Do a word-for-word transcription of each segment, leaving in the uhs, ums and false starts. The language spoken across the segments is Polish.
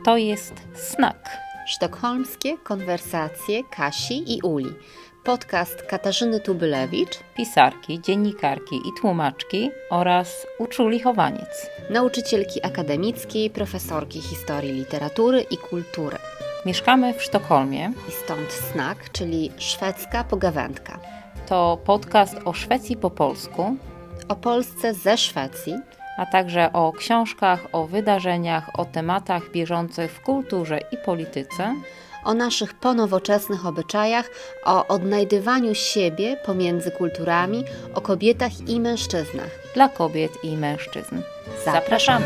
to jest Snak. Sztokholmskie konwersacje Kasi i Uli. Podcast Katarzyny Tubylewicz, pisarki, dziennikarki i tłumaczki oraz uczuli Chowaniec, nauczycielki akademickiej, profesorki historii, literatury i kultury. Mieszkamy w Sztokholmie i stąd Snak, czyli szwedzka pogawędka. To podcast o Szwecji po polsku, o Polsce ze Szwecji, a także o książkach, o wydarzeniach, o tematach bieżących w kulturze i polityce, o naszych ponowoczesnych obyczajach, o odnajdywaniu siebie pomiędzy kulturami, o kobietach i mężczyznach. Dla kobiet i mężczyzn. Zapraszamy!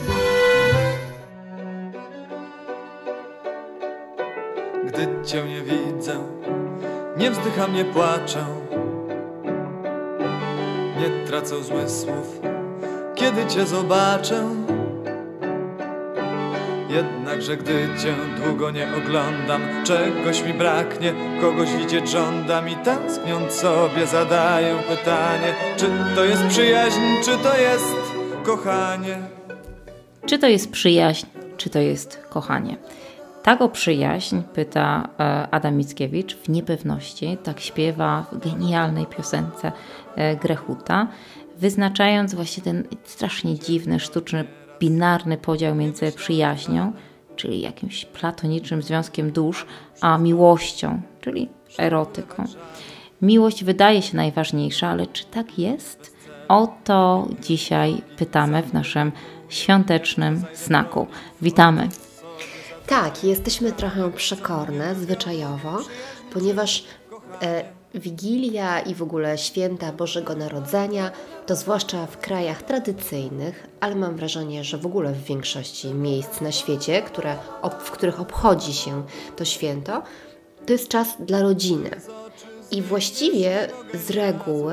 Gdy Cię nie widzę, nie wzdycham, nie płaczę, nie tracę zmysłów, kiedy Cię zobaczę. Jednakże gdy Cię długo nie oglądam, czegoś mi braknie, kogoś widzieć żądam i tęskniąc sobie zadaję pytanie, czy to jest przyjaźń, czy to jest kochanie? Czy to jest przyjaźń, czy to jest kochanie? Tak o przyjaźń pyta Adam Mickiewicz w Niepewności, tak śpiewa w genialnej piosence Grechuta, wyznaczając właśnie ten strasznie dziwny, sztuczny, binarny podział między przyjaźnią, czyli jakimś platonicznym związkiem dusz, a miłością, czyli erotyką. Miłość wydaje się najważniejsza, ale czy tak jest? O to dzisiaj pytamy w naszym świątecznym snaku. Witamy! Tak, jesteśmy trochę przekorne zwyczajowo, ponieważ e, Wigilia i w ogóle święta Bożego Narodzenia, to zwłaszcza w krajach tradycyjnych, ale mam wrażenie, że w ogóle w większości miejsc na świecie, które, w których obchodzi się to święto, to jest czas dla rodziny. I właściwie z reguły,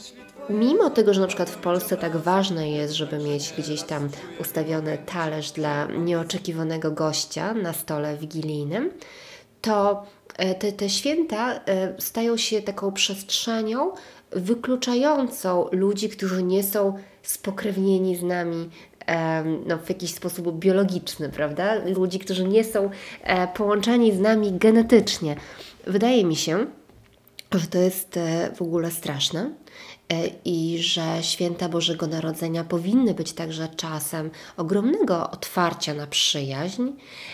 mimo tego, że na przykład w Polsce tak ważne jest, żeby mieć gdzieś tam ustawiony talerz dla nieoczekiwanego gościa na stole wigilijnym, to te, te święta stają się taką przestrzenią wykluczającą ludzi, którzy nie są spokrewnieni z nami no, w jakiś sposób biologiczny, prawda? Ludzi, którzy nie są połączeni z nami genetycznie. Wydaje mi się, że to jest w ogóle straszne i że święta Bożego Narodzenia powinny być także czasem ogromnego otwarcia na przyjaźń.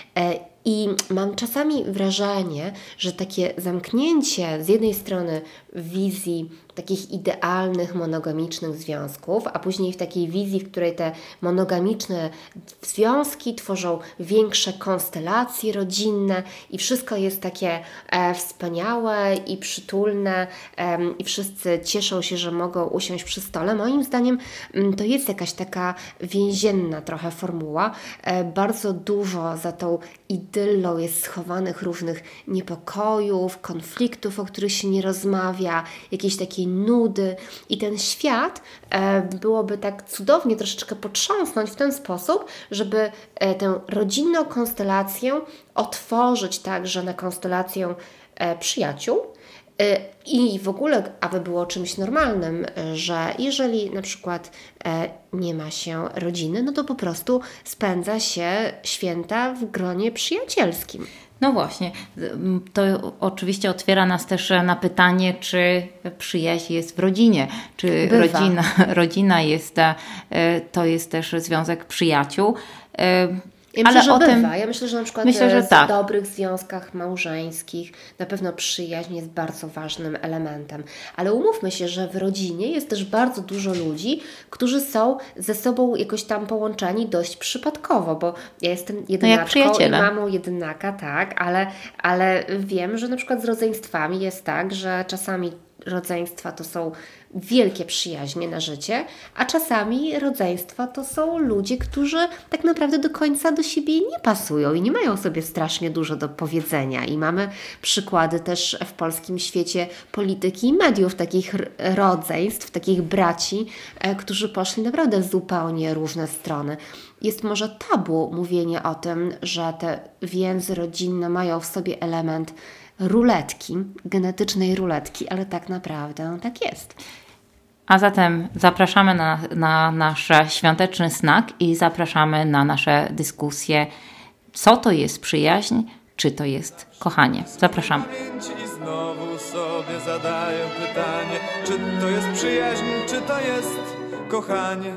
I mam czasami wrażenie, że takie zamknięcie z jednej strony w wizji takich idealnych, monogamicznych związków, a później w takiej wizji, w której te monogamiczne związki tworzą większe konstelacje rodzinne i wszystko jest takie e, wspaniałe i przytulne e, i wszyscy cieszą się, że mogą usiąść przy stole. Moim zdaniem m, to jest jakaś taka więzienna trochę formuła. E, bardzo dużo za tą idyllą jest schowanych różnych niepokojów, konfliktów, o których się nie rozmawia, jakiejś takiej nudy i ten świat e, byłoby tak cudownie troszeczkę potrząsnąć w ten sposób, żeby e, tę rodzinną konstelację otworzyć także na konstelację e, przyjaciół. I w ogóle, aby było czymś normalnym, że jeżeli na przykład nie ma się rodziny, no to po prostu spędza się święta w gronie przyjacielskim. No właśnie, to oczywiście otwiera nas też na pytanie, czy przyjaźń jest w rodzinie, czy rodzina, rodzina jest, to jest też związek przyjaciół. Ja myślę, Ale że o bywa. tym, ja myślę, że na przykład myślę, że w tak. dobrych związkach małżeńskich na pewno przyjaźń jest bardzo ważnym elementem. Ale umówmy się, że w rodzinie jest też bardzo dużo ludzi, którzy są ze sobą jakoś tam połączeni dość przypadkowo, bo ja jestem jedynaczką no i mamą jedynaka, tak, ale, ale wiem, że na przykład z rodzeństwami jest tak, że czasami rodzeństwa to są wielkie przyjaźnie na życie, a czasami rodzeństwa to są ludzie, którzy tak naprawdę do końca do siebie nie pasują i nie mają sobie strasznie dużo do powiedzenia. I mamy przykłady też w polskim świecie polityki i mediów takich rodzeństw, takich braci, którzy poszli naprawdę w zupełnie różne strony. Jest może tabu mówienie o tym, że te więzy rodzinne mają w sobie element ruletki, genetycznej ruletki, ale tak naprawdę tak jest. A zatem zapraszamy na, na nasz świąteczny snack i zapraszamy na nasze dyskusje Co to jest przyjaźń? Czy to jest kochanie? Zapraszamy. I znowu sobie zadaję pytanie, czy to jest przyjaźń, czy to jest kochanie.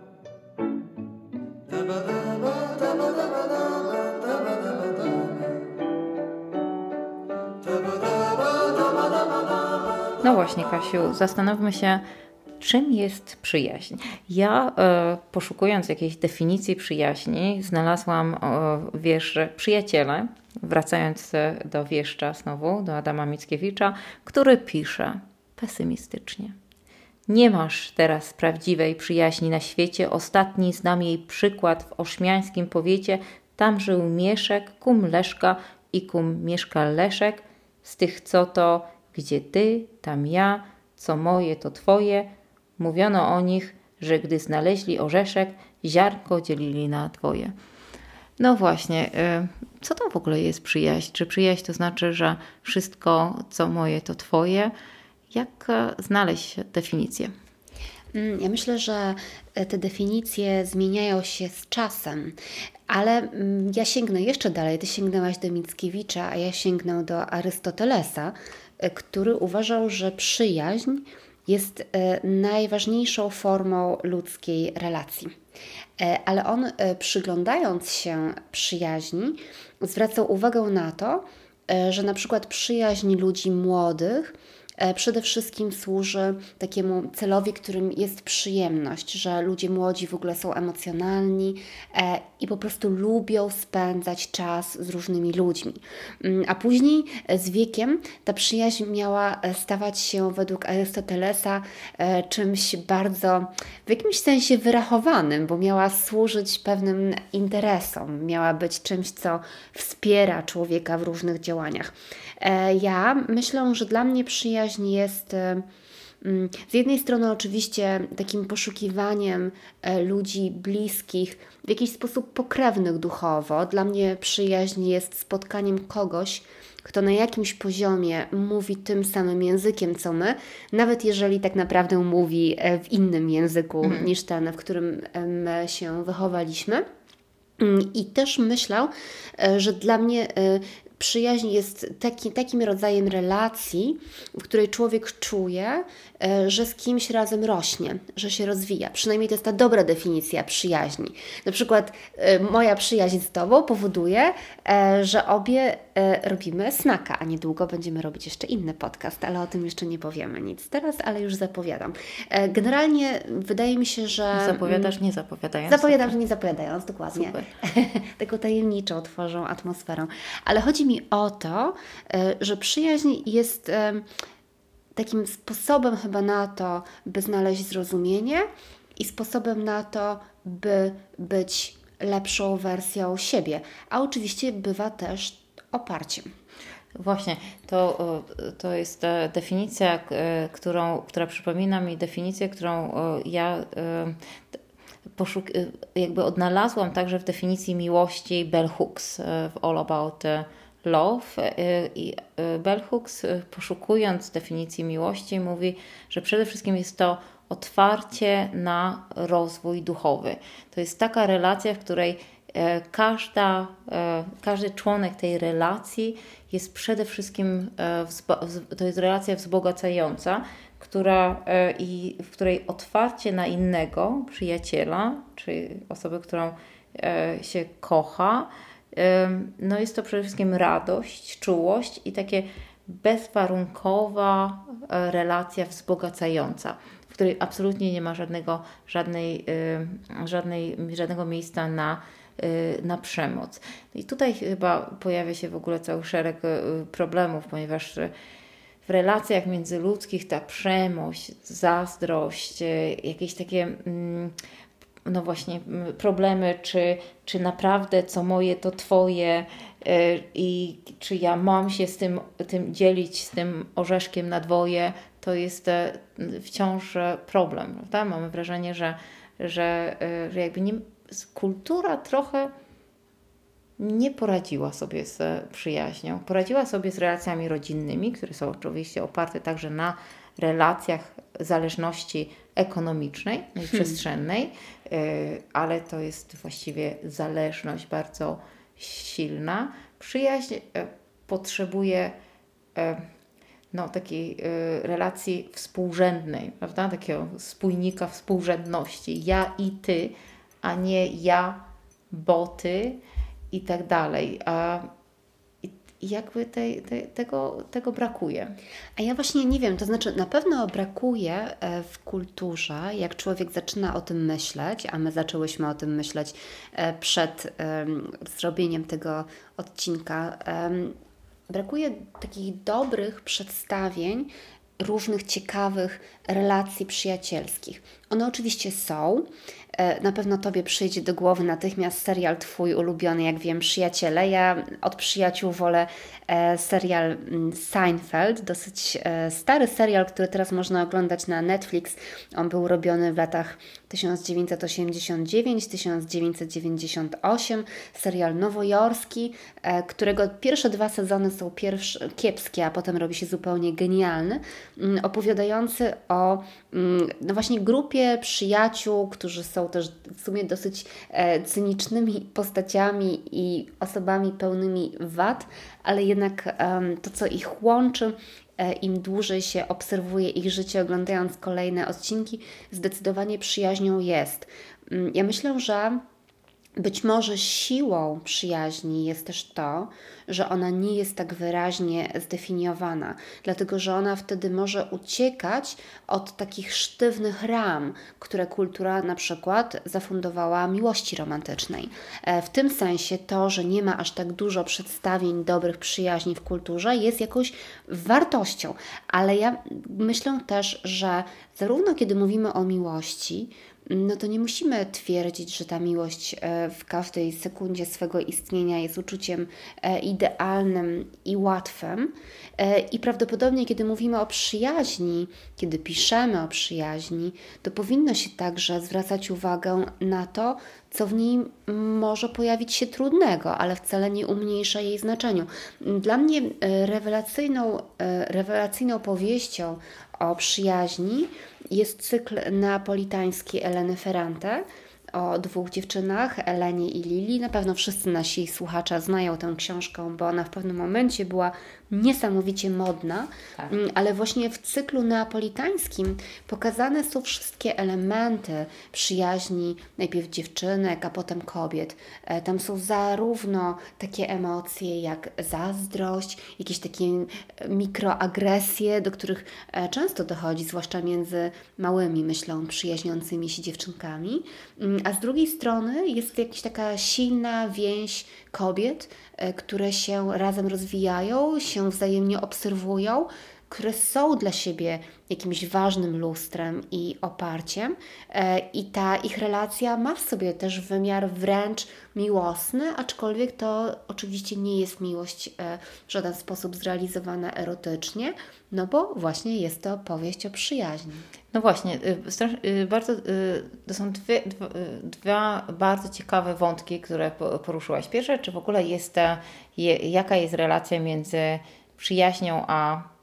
No właśnie, Kasiu, zastanówmy się, czym jest przyjaźń. Ja e, poszukując jakiejś definicji przyjaźni, znalazłam e, wiersz Przyjaciele, wracając do wieszcza znowu, do Adama Mickiewicza, który pisze pesymistycznie. Nie masz teraz prawdziwej przyjaźni na świecie, ostatni znam jej przykład w oszmiańskim powiecie, tam żył Mieszek, kum Leszka i kum mieszka Leszek, z tych co to, gdzie ty, tam ja, co moje to twoje, mówiono o nich, że gdy znaleźli orzeszek, ziarnko dzielili na dwoje. No właśnie, co to w ogóle jest przyjaźń? Czy przyjaźń to znaczy, że wszystko, co moje, to twoje? Jak znaleźć definicję? Ja myślę, że te definicje zmieniają się z czasem, ale ja sięgnę jeszcze dalej. Ty sięgnęłaś do Mickiewicza, a ja sięgnę do Arystotelesa, który uważał, że przyjaźń jest najważniejszą formą ludzkiej relacji. Ale on, przyglądając się przyjaźni, zwracał uwagę na to, że na przykład przyjaźń ludzi młodych przede wszystkim służy takiemu celowi, którym jest przyjemność, że ludzie młodzi w ogóle są emocjonalni i po prostu lubią spędzać czas z różnymi ludźmi. A później z wiekiem ta przyjaźń miała stawać się według Arystotelesa czymś bardzo w jakimś sensie wyrachowanym, bo miała służyć pewnym interesom, miała być czymś, co wspiera człowieka w różnych działaniach. Ja myślę, że dla mnie przyjaźń jest z jednej strony oczywiście takim poszukiwaniem ludzi bliskich, w jakiś sposób pokrewnych duchowo. Dla mnie przyjaźń jest spotkaniem kogoś, kto na jakimś poziomie mówi tym samym językiem, co my, nawet jeżeli tak naprawdę mówi w innym języku mhm. niż ten, w którym my się wychowaliśmy. I też myślę, że dla mnie przyjaźń jest taki, takim rodzajem relacji, w której człowiek czuje, że z kimś razem rośnie, że się rozwija. Przynajmniej to jest ta dobra definicja przyjaźni. Na przykład moja przyjaźń z Tobą powoduje, że obie robimy snaka, a niedługo będziemy robić jeszcze inny podcast, ale o tym jeszcze nie powiemy nic teraz, ale już zapowiadam. Generalnie wydaje mi się, że... Zapowiadasz nie zapowiadając. Zapowiadam, że nie zapowiadając, dokładnie. Super. Taką tajemniczą tworzą atmosferą. Ale chodzi mi o to, że przyjaźń jest takim sposobem chyba na to, by znaleźć zrozumienie i sposobem na to, by być lepszą wersją siebie. A oczywiście bywa też oparciem. Właśnie, to, to jest ta definicja, którą, która przypomina mi definicję, którą ja poszuk- jakby odnalazłam także w definicji miłości Bell Hooks w All About Love. I Bell Hooks, poszukując definicji miłości, mówi, że przede wszystkim jest to otwarcie na rozwój duchowy. To jest taka relacja, w której każda, każdy członek tej relacji jest przede wszystkim, to jest relacja wzbogacająca, która, i w której otwarcie na innego przyjaciela, czy osobę, którą się kocha, no jest to przede wszystkim radość, czułość i takie bezwarunkowa relacja wzbogacająca, w której absolutnie nie ma żadnego, żadnej, żadnej, żadnego miejsca na, na przemoc. I tutaj chyba pojawia się w ogóle cały szereg problemów, ponieważ w relacjach międzyludzkich ta przemoc, zazdrość, jakieś takie no właśnie problemy, czy, czy naprawdę co moje to twoje i czy ja mam się z tym, tym dzielić, z tym orzeszkiem na dwoje, to jest wciąż problem, prawda? Mamy wrażenie, że, że, że jakby nie, kultura trochę nie poradziła sobie z przyjaźnią. Poradziła sobie z relacjami rodzinnymi, które są oczywiście oparte także na relacjach zależności ekonomicznej, no i hmm. przestrzennej, ale to jest właściwie zależność bardzo silna. Przyjaźń e, potrzebuje e, no, takiej e, relacji współrzędnej, prawda? Takiego spójnika współrzędności. Ja i ty, a nie ja, bo ty i tak dalej. A, i, i jakby tej, tej, tego, tego brakuje. A ja właśnie nie wiem, to znaczy na pewno brakuje w kulturze, jak człowiek zaczyna o tym myśleć, a my zaczęłyśmy o tym myśleć przed um, zrobieniem tego odcinka, um, brakuje takich dobrych przedstawień różnych ciekawych relacji przyjacielskich. One oczywiście są. Na pewno Tobie przyjdzie do głowy natychmiast serial Twój ulubiony, jak wiem, Przyjaciele. Ja od przyjaciół wolę serial Seinfeld, dosyć stary serial, który teraz można oglądać na Netflix. On był robiony w latach tysiąc dziewięćset osiemdziesiąt dziewięć do tysiąc dziewięćset dziewięćdziesiąt osiem. Serial nowojorski, którego pierwsze dwa sezony są pierwsze, kiepskie, a potem robi się zupełnie genialny, opowiadający o no właśnie grupie przyjaciół, którzy są też w sumie dosyć cynicznymi postaciami i osobami pełnymi wad, ale jednak um, to, co ich łączy, im dłużej się obserwuje ich życie, oglądając kolejne odcinki, zdecydowanie przyjaźnią jest. Ja myślę, że być może siłą przyjaźni jest też to, że ona nie jest tak wyraźnie zdefiniowana, dlatego że ona wtedy może uciekać od takich sztywnych ram, które kultura na przykład zafundowała miłości romantycznej. W tym sensie to, że nie ma aż tak dużo przedstawień dobrych przyjaźni w kulturze, jest jakąś wartością, ale ja myślę też, że zarówno kiedy mówimy o miłości, no to nie musimy twierdzić, że ta miłość w każdej sekundzie swego istnienia jest uczuciem idealnym i łatwym. I prawdopodobnie, kiedy mówimy o przyjaźni, kiedy piszemy o przyjaźni, to powinno się także zwracać uwagę na to, co w niej może pojawić się trudnego, ale wcale nie umniejsza jej znaczeniu. Dla mnie rewelacyjną, rewelacyjną powieścią o przyjaźni jest cykl neapolitański Eleny Ferrante o dwóch dziewczynach, Elenie i Lili. Na pewno wszyscy nasi słuchacze znają tę książkę, bo ona w pewnym momencie była niesamowicie modna, tak. Ale właśnie w cyklu neapolitańskim pokazane są wszystkie elementy przyjaźni, najpierw dziewczynek, a potem kobiet. Tam są zarówno takie emocje jak zazdrość, jakieś takie mikroagresje, do których często dochodzi, zwłaszcza między małymi, myślą, przyjaźniącymi się dziewczynkami, a z drugiej strony jest jakaś taka silna więź kobiet, które się razem rozwijają, się wzajemnie obserwują, które są dla siebie jakimś ważnym lustrem i oparciem, i ta ich relacja ma w sobie też wymiar wręcz miłosny, aczkolwiek to oczywiście nie jest miłość w żaden sposób zrealizowana erotycznie, no bo właśnie jest to powieść o przyjaźni. No właśnie, bardzo, to są dwie, dwa bardzo ciekawe wątki, które poruszyłaś. Pierwsze, czy w ogóle jest ta, jaka jest relacja między przyjaźnią a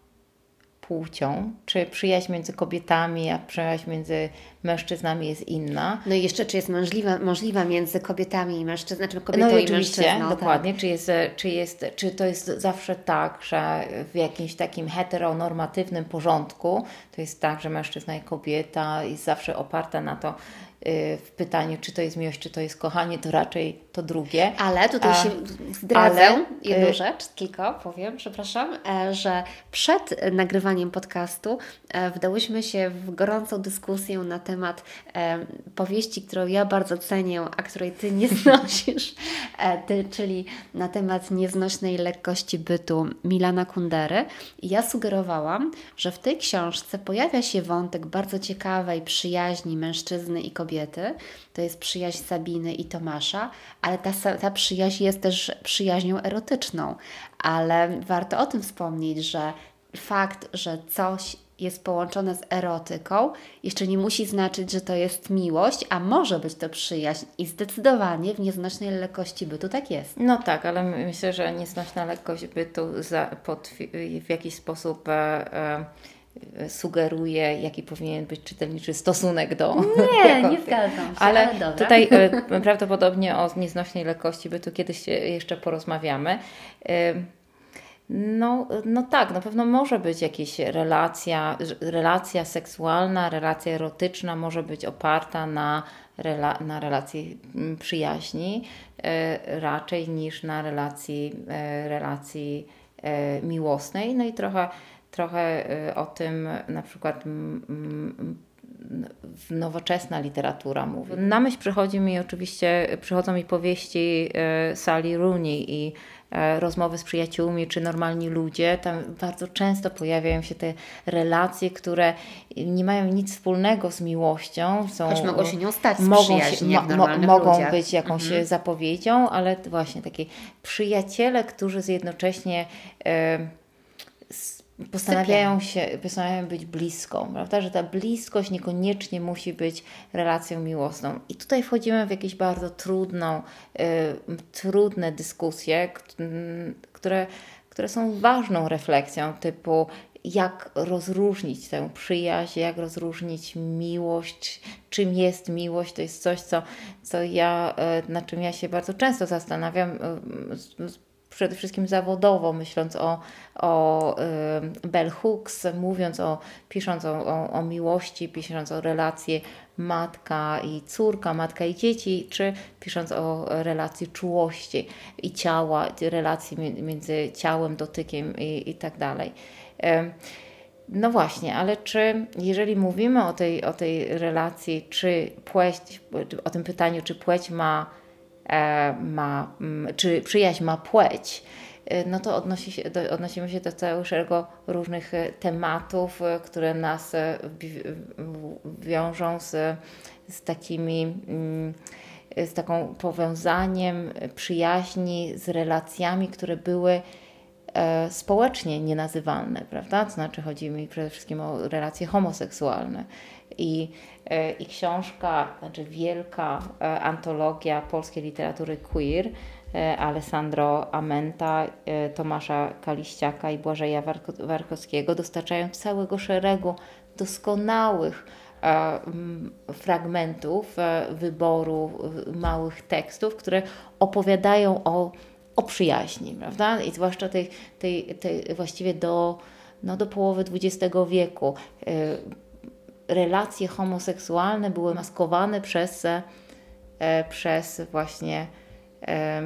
płcią, czy przyjaźń między kobietami, a przyjaźń między mężczyznami jest inna. No i jeszcze, czy jest możliwa, możliwa między kobietami i mężczyzną, znaczy kobietą no i, i mężczyzną. Dokładnie, tak. czy, jest, czy, jest, czy to jest zawsze tak, że w jakimś takim heteronormatywnym porządku to jest tak, że mężczyzna i kobieta jest zawsze oparta na to, w pytaniu, czy to jest miłość, czy to jest kochanie, to raczej to drugie. Ale tutaj się zdradzę ale, jedną y- rzecz, tylko powiem, przepraszam, że przed nagrywaniem podcastu wdałyśmy się w gorącą dyskusję na temat powieści, którą ja bardzo cenię, a której Ty nie znosisz, ty, czyli na temat nieznośnej lekkości bytu Milana Kundery. I ja sugerowałam, że w tej książce pojawia się wątek bardzo ciekawej przyjaźni mężczyzny i kobiety. To jest przyjaźń Sabiny i Tomasza, ale ta, ta przyjaźń jest też przyjaźnią erotyczną. Ale warto o tym wspomnieć, że fakt, że coś jest połączone z erotyką, jeszcze nie musi znaczyć, że to jest miłość, a może być to przyjaźń i zdecydowanie w nieznośnej lekkości bytu tak jest. No tak, ale myślę, że nieznośna lekkość bytu za, pod, w jakiś sposób e, e, sugeruje, jaki powinien być czytelniczy stosunek do... Nie, nie zgadzam się, ale, ale dobra. Tutaj y, prawdopodobnie o nieznośnej lekkości, by tu kiedyś jeszcze porozmawiamy. Y, No, no tak, na pewno może być jakaś relacja, relacja seksualna, relacja erotyczna może być oparta na, rela, na relacji przyjaźni e, raczej niż na relacji, e, relacji e, miłosnej. No i trochę, trochę o tym na przykład m, m, nowoczesna literatura mówi. Na myśl przychodzi mi oczywiście, przychodzą mi powieści e, Sally Rooney i e, rozmowy z przyjaciółmi, czy normalni ludzie. Tam bardzo często pojawiają się te relacje, które nie mają nic wspólnego z miłością. Są, Choć mogą się nią stać z mogą przyjaźni, się, jak w mo, normalnych Mogą ludziach. być jakąś Mhm. zapowiedzią, ale właśnie takie przyjaciele, którzy jednocześnie e, Postanawiają się, postanawiają być bliską, prawda? Że ta bliskość niekoniecznie musi być relacją miłosną. I tutaj wchodzimy w jakieś bardzo trudną, y, trudne dyskusje, które, które są ważną refleksją typu jak rozróżnić tę przyjaźń, jak rozróżnić miłość, czym jest miłość. To jest coś, co, co ja, nad czym ja się bardzo często zastanawiam, przede wszystkim zawodowo, myśląc o, o y, Bell Hooks, mówiąc o, pisząc o, o, o miłości, pisząc o relacji matka i córka, matka i dzieci, czy pisząc o relacji czułości i ciała, relacji między ciałem, dotykiem i, i tak dalej. Y, No właśnie, ale czy jeżeli mówimy o tej, o tej relacji, czy płeć, o tym pytaniu, czy płeć ma ma, czy przyjaźń ma płeć, no to odnosi się, do, odnosimy się do całego szeregu różnych tematów, które nas wiążą z, z takimi, z taką powiązaniem przyjaźni z relacjami, które były społecznie nienazywalne, prawda? To znaczy chodzi mi przede wszystkim o relacje homoseksualne. I, i książka, znaczy wielka antologia polskiej literatury queer Alessandro Amenta, Tomasza Kaliściaka i Błażeja Warkowskiego dostarczają całego szeregu doskonałych fragmentów wyboru małych tekstów, które opowiadają o, o przyjaźni, prawda? I zwłaszcza tej, tej, tej właściwie do, no, do połowy dwudziestego wieku. Relacje homoseksualne były maskowane przez, e, przez właśnie e,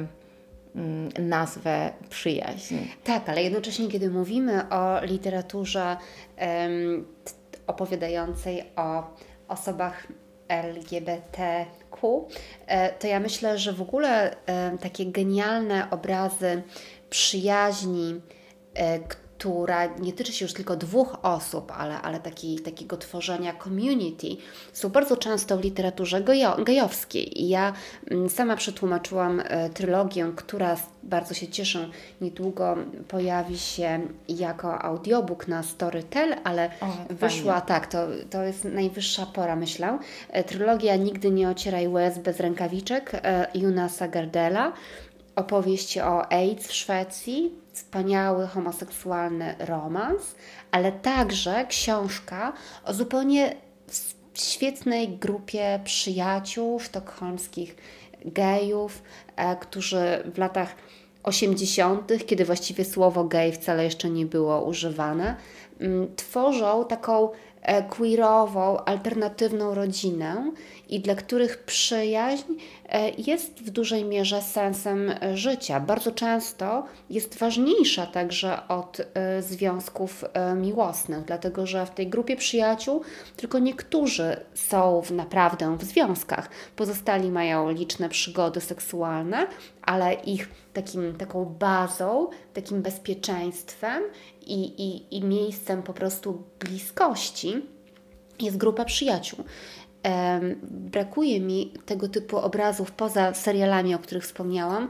nazwę przyjaźń. Tak, ale jednocześnie, kiedy mówimy o literaturze um, opowiadającej o osobach L G B T Q, e, to ja myślę, że w ogóle e, takie genialne obrazy przyjaźni, e, która nie tyczy się już tylko dwóch osób, ale, ale taki, takiego tworzenia community, są bardzo często w literaturze gejo, gejowskiej. I ja sama przetłumaczyłam e, trylogię, która, bardzo się cieszę, niedługo pojawi się jako audiobook na Storytel, ale o, wyszła, fajnie. tak, to, to jest najwyższa pora, myślę. E, trylogia Nigdy nie ocieraj łez bez rękawiczek e, Jonasa Gardela. Opowieść o AIDS w Szwecji, wspaniały homoseksualny romans, ale także książka o zupełnie świetnej grupie przyjaciół sztokholmskich gejów, e, którzy w latach osiemdziesiątych, kiedy właściwie słowo gej wcale jeszcze nie było używane, m, tworzą taką e, queerową, alternatywną rodzinę i dla których przyjaźń e, jest w dużej mierze sensem życia. Bardzo często jest ważniejsza także od e, związków e, miłosnych, dlatego że w tej grupie przyjaciół tylko niektórzy są w, naprawdę w związkach. Pozostali mają liczne przygody seksualne, ale ich takim, taką bazą, takim bezpieczeństwem i, i, i miejscem po prostu bliskości jest grupa przyjaciół. Um, brakuje mi tego typu obrazów poza serialami, o których wspomniałam,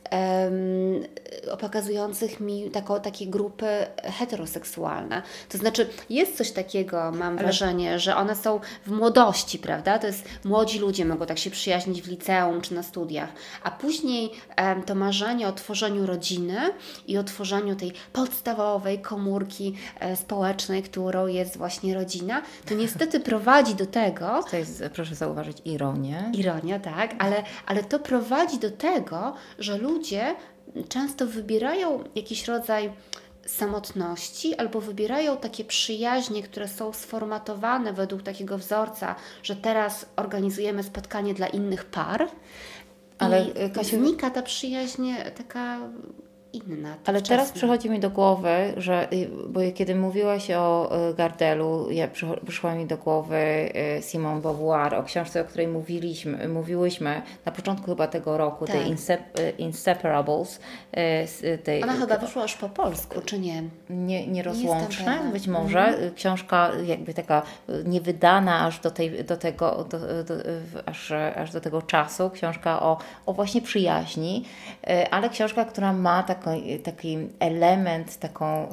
um, pokazujących mi tako, takie grupy heteroseksualne. To znaczy jest coś takiego, mam Ale... wrażenie, że one są w młodości, prawda? To jest młodzi ludzie mogą tak się przyjaźnić w liceum czy na studiach, a później um, to marzenie o tworzeniu rodziny i o tworzeniu tej podstawowej komórki e, społecznej, którą jest właśnie rodzina, to niestety prowadzi do tego... To jest, proszę zauważyć, ironię. Ironia, tak, ale, ale to prowadzi do tego, że ludzie często wybierają jakiś rodzaj samotności albo wybierają takie przyjaźnie, które są sformatowane według takiego wzorca, że teraz organizujemy spotkanie dla innych par, ale i Kasiu, znika ta przyjaźń taka inna. Ale wczesna. Teraz przychodzi mi do głowy, że bo kiedy mówiłaś o Gardelu, ja, przyszła mi do głowy Simone Beauvoir, o książce, o której mówiliśmy, mówiłyśmy na początku chyba tego roku, tak. tej Insep- Inseparables. Tej, Ona chyba wyszła już po polsku, czy nie? Nie, nierozłączne, nie być może. Mhm. Książka jakby taka niewydana aż do, tej, do tego, do, do, aż, aż do tego czasu. Książka o, o właśnie przyjaźni, ale książka, która ma taką taki element, taką,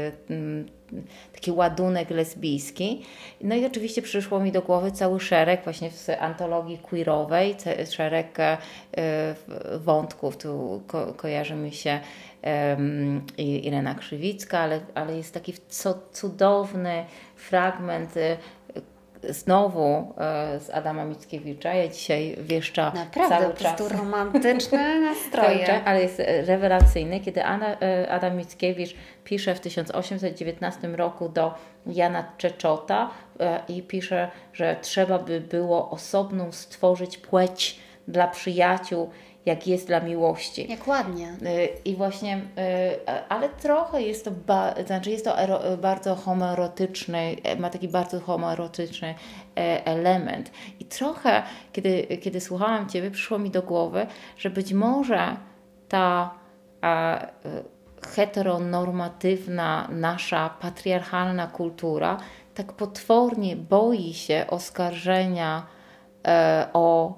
taki ładunek lesbijski. No i oczywiście przyszło mi do głowy cały szereg właśnie z antologii queerowej, szereg wątków. Tu ko- kojarzy mi się um, Irena Krzywicka, ale, ale jest taki cudowny fragment znowu e, z Adama Mickiewicza. Ja dzisiaj wieszczę Naprawdę, cały po czas. prostu romantyczne nastroje. Czas, ale jest rewelacyjny, kiedy Anna, Adam Mickiewicz pisze w tysiąc osiemset dziewiętnastym roku do Jana Czeczota e, i pisze, że trzeba by było osobną stworzyć płeć dla przyjaciół, jak jest dla miłości. Jak ładnie. I właśnie, ale trochę jest to, ba, znaczy jest to ero, bardzo homoerotyczny, ma taki bardzo homoerotyczny element. I trochę, kiedy, kiedy słuchałam Ciebie, przyszło mi do głowy, że być może ta a, heteronormatywna, nasza patriarchalna kultura tak potwornie boi się oskarżenia e, o